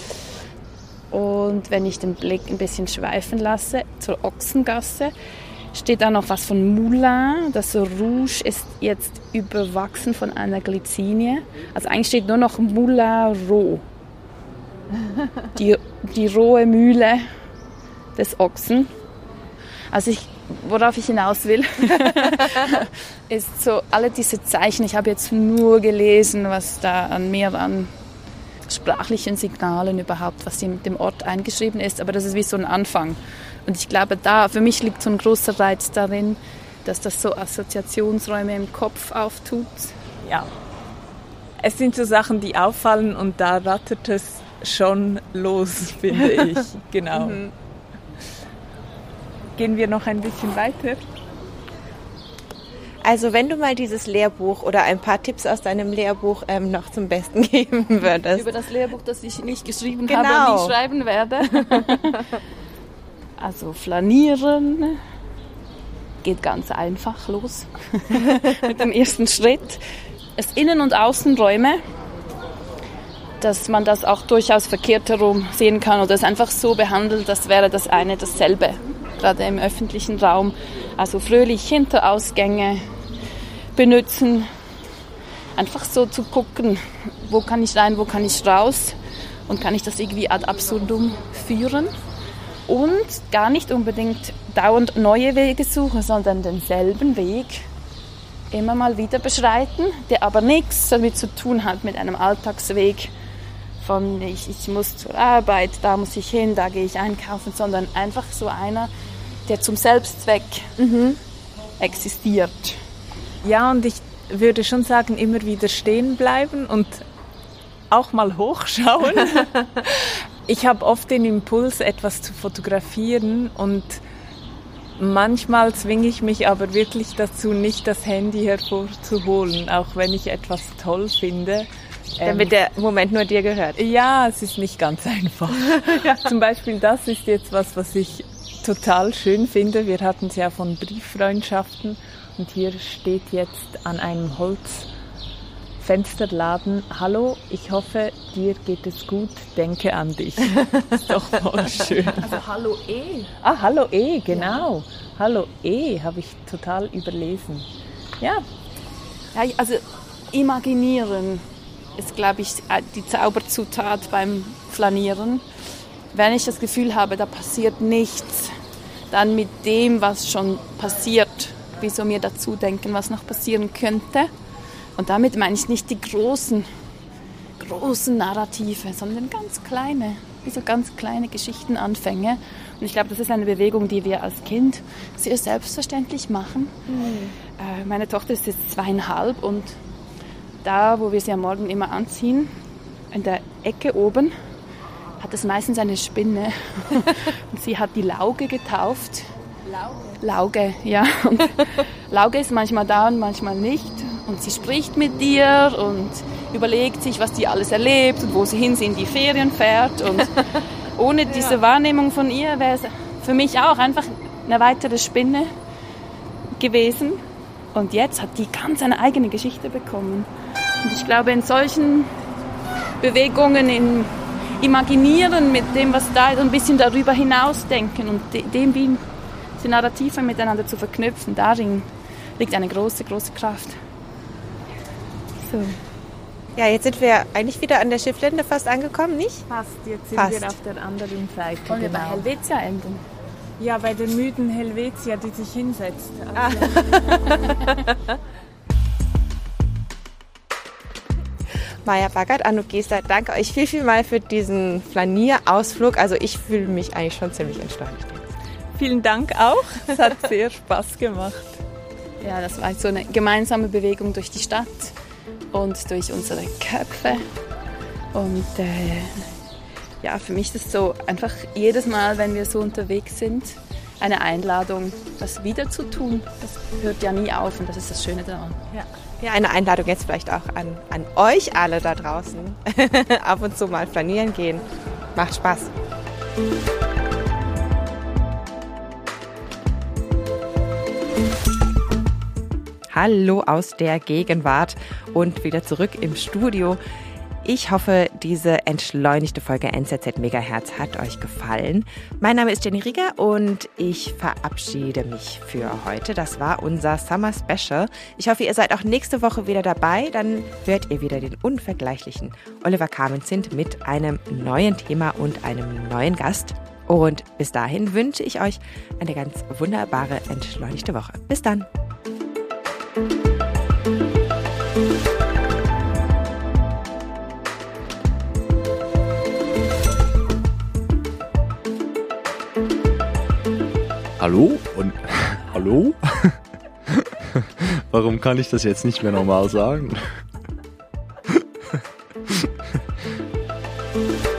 Und wenn ich den Blick ein bisschen schweifen lasse zur Ochsengasse, steht da noch was von Moulin. Das Rouge ist jetzt überwachsen von einer Glycinie. Also eigentlich steht nur noch Moulin Roh. Die rohe Mühle des Ochsen. Also worauf ich hinaus will, ist so alle diese Zeichen. Ich habe jetzt nur gelesen, was da an sprachlichen Signalen überhaupt, was in dem Ort eingeschrieben ist. Aber das ist wie so ein Anfang. Und ich glaube, für mich liegt so ein großer Reiz darin, dass das so Assoziationsräume im Kopf auftut. Ja. Es sind so Sachen, die auffallen und da rattert es schon los, finde ich. Genau. Gehen wir noch ein bisschen weiter? Also wenn du mal dieses Lehrbuch oder ein paar Tipps aus deinem Lehrbuch noch zum Besten geben würdest. Über das Lehrbuch, das ich nicht geschrieben Genau. habe und nicht schreiben werde. Also Flanieren geht ganz einfach los mit dem ersten Schritt. Es Innen- und Außenräume, dass man das auch durchaus verkehrt herum sehen kann oder es einfach so behandelt, das wäre das eine dasselbe, gerade im öffentlichen Raum. Also fröhlich Hinterausgänge benutzen, einfach so zu gucken, wo kann ich rein, wo kann ich raus und kann ich das irgendwie ad absurdum führen. Und gar nicht unbedingt dauernd neue Wege suchen, sondern denselben Weg immer mal wieder beschreiten, der aber nichts damit zu tun hat mit einem Alltagsweg von ich muss zur Arbeit, da muss ich hin, da gehe ich einkaufen, sondern einfach so einer, der zum Selbstzweck existiert. Ja, und ich würde schon sagen, immer wieder stehen bleiben und auch mal hochschauen. Ich habe oft den Impuls, etwas zu fotografieren und manchmal zwinge ich mich aber wirklich dazu, nicht das Handy hervorzuholen, auch wenn ich etwas toll finde. Damit der Moment nur dir gehört. Ja, es ist nicht ganz einfach. Ja. Zum Beispiel das ist jetzt was ich total schön finde. Wir hatten es ja von Brieffreundschaften und hier steht jetzt an einem Holzfensterladen: Hallo, ich hoffe, dir geht es gut, denke an dich. Ist doch voll schön. Also Hallo Ah, Hallo genau. Ja. Hallo habe ich total überlesen. Ja. Ja, also imaginieren ist, glaube ich, die Zauberzutat beim Flanieren. Wenn ich das Gefühl habe, da passiert nichts, dann mit dem, was schon passiert, wieso mir dazu denken, was noch passieren könnte. Und damit meine ich nicht die großen Narrative, sondern ganz kleine, wie so ganz kleine Geschichtenanfänge. Und ich glaube, das ist eine Bewegung, die wir als Kind sehr selbstverständlich machen. Meine Tochter ist jetzt 2,5 und da, wo wir sie am Morgen immer anziehen, in der Ecke oben, hat es meistens eine Spinne. Und sie hat die Lauge getauft. Lauge, ja. Und Lauge ist manchmal da und manchmal nicht. Und sie spricht mit dir und überlegt sich, was die alles erlebt und wo sie hin in die Ferien fährt. Und ohne diese Wahrnehmung von ihr wäre es für mich auch einfach eine weitere Spinne gewesen. Und jetzt hat die ganz eine eigene Geschichte bekommen. Und ich glaube, in solchen Bewegungen, in Imaginieren mit dem, was da ist, ein bisschen darüber hinausdenken und dem wie die Narrative miteinander zu verknüpfen, darin liegt eine große, große Kraft. So. Ja, jetzt sind wir eigentlich wieder an der Schifflinde fast angekommen, nicht? Fast, jetzt sind Fast. wir auf der anderen Seite. Wollen wir bei Helvetia enden? Ja, bei der müden Helvetia, die sich hinsetzt. Also, Maja Baggert, Anouk Geester, danke euch viel mal für diesen Flanierausflug. Also ich fühle mich eigentlich schon ziemlich entschleunigt. vielen Dank auch. Es hat sehr Spaß gemacht. Ja, das war so eine gemeinsame Bewegung durch die Stadt und durch unsere Köpfe. Und ja, für mich ist das so einfach jedes Mal, wenn wir so unterwegs sind, eine Einladung, das wieder zu tun. Das hört ja nie auf und das ist das Schöne daran. Ja, eine Einladung jetzt vielleicht auch an euch alle da draußen. Ab und zu mal flanieren gehen. Macht Spaß. Hallo aus der Gegenwart und wieder zurück im Studio. Ich hoffe, diese entschleunigte Folge NZZ Megahertz hat euch gefallen. Mein Name ist Jenny Rieger und ich verabschiede mich für heute. Das war unser Summer Special. Ich hoffe, ihr seid auch nächste Woche wieder dabei. Dann hört ihr wieder den unvergleichlichen Oliver Kamenzind mit einem neuen Thema und einem neuen Gast. Und bis dahin wünsche ich euch eine ganz wunderbare, entschleunigte Woche. Bis dann! Hallo? Und hallo? Warum kann ich das jetzt nicht mehr normal sagen?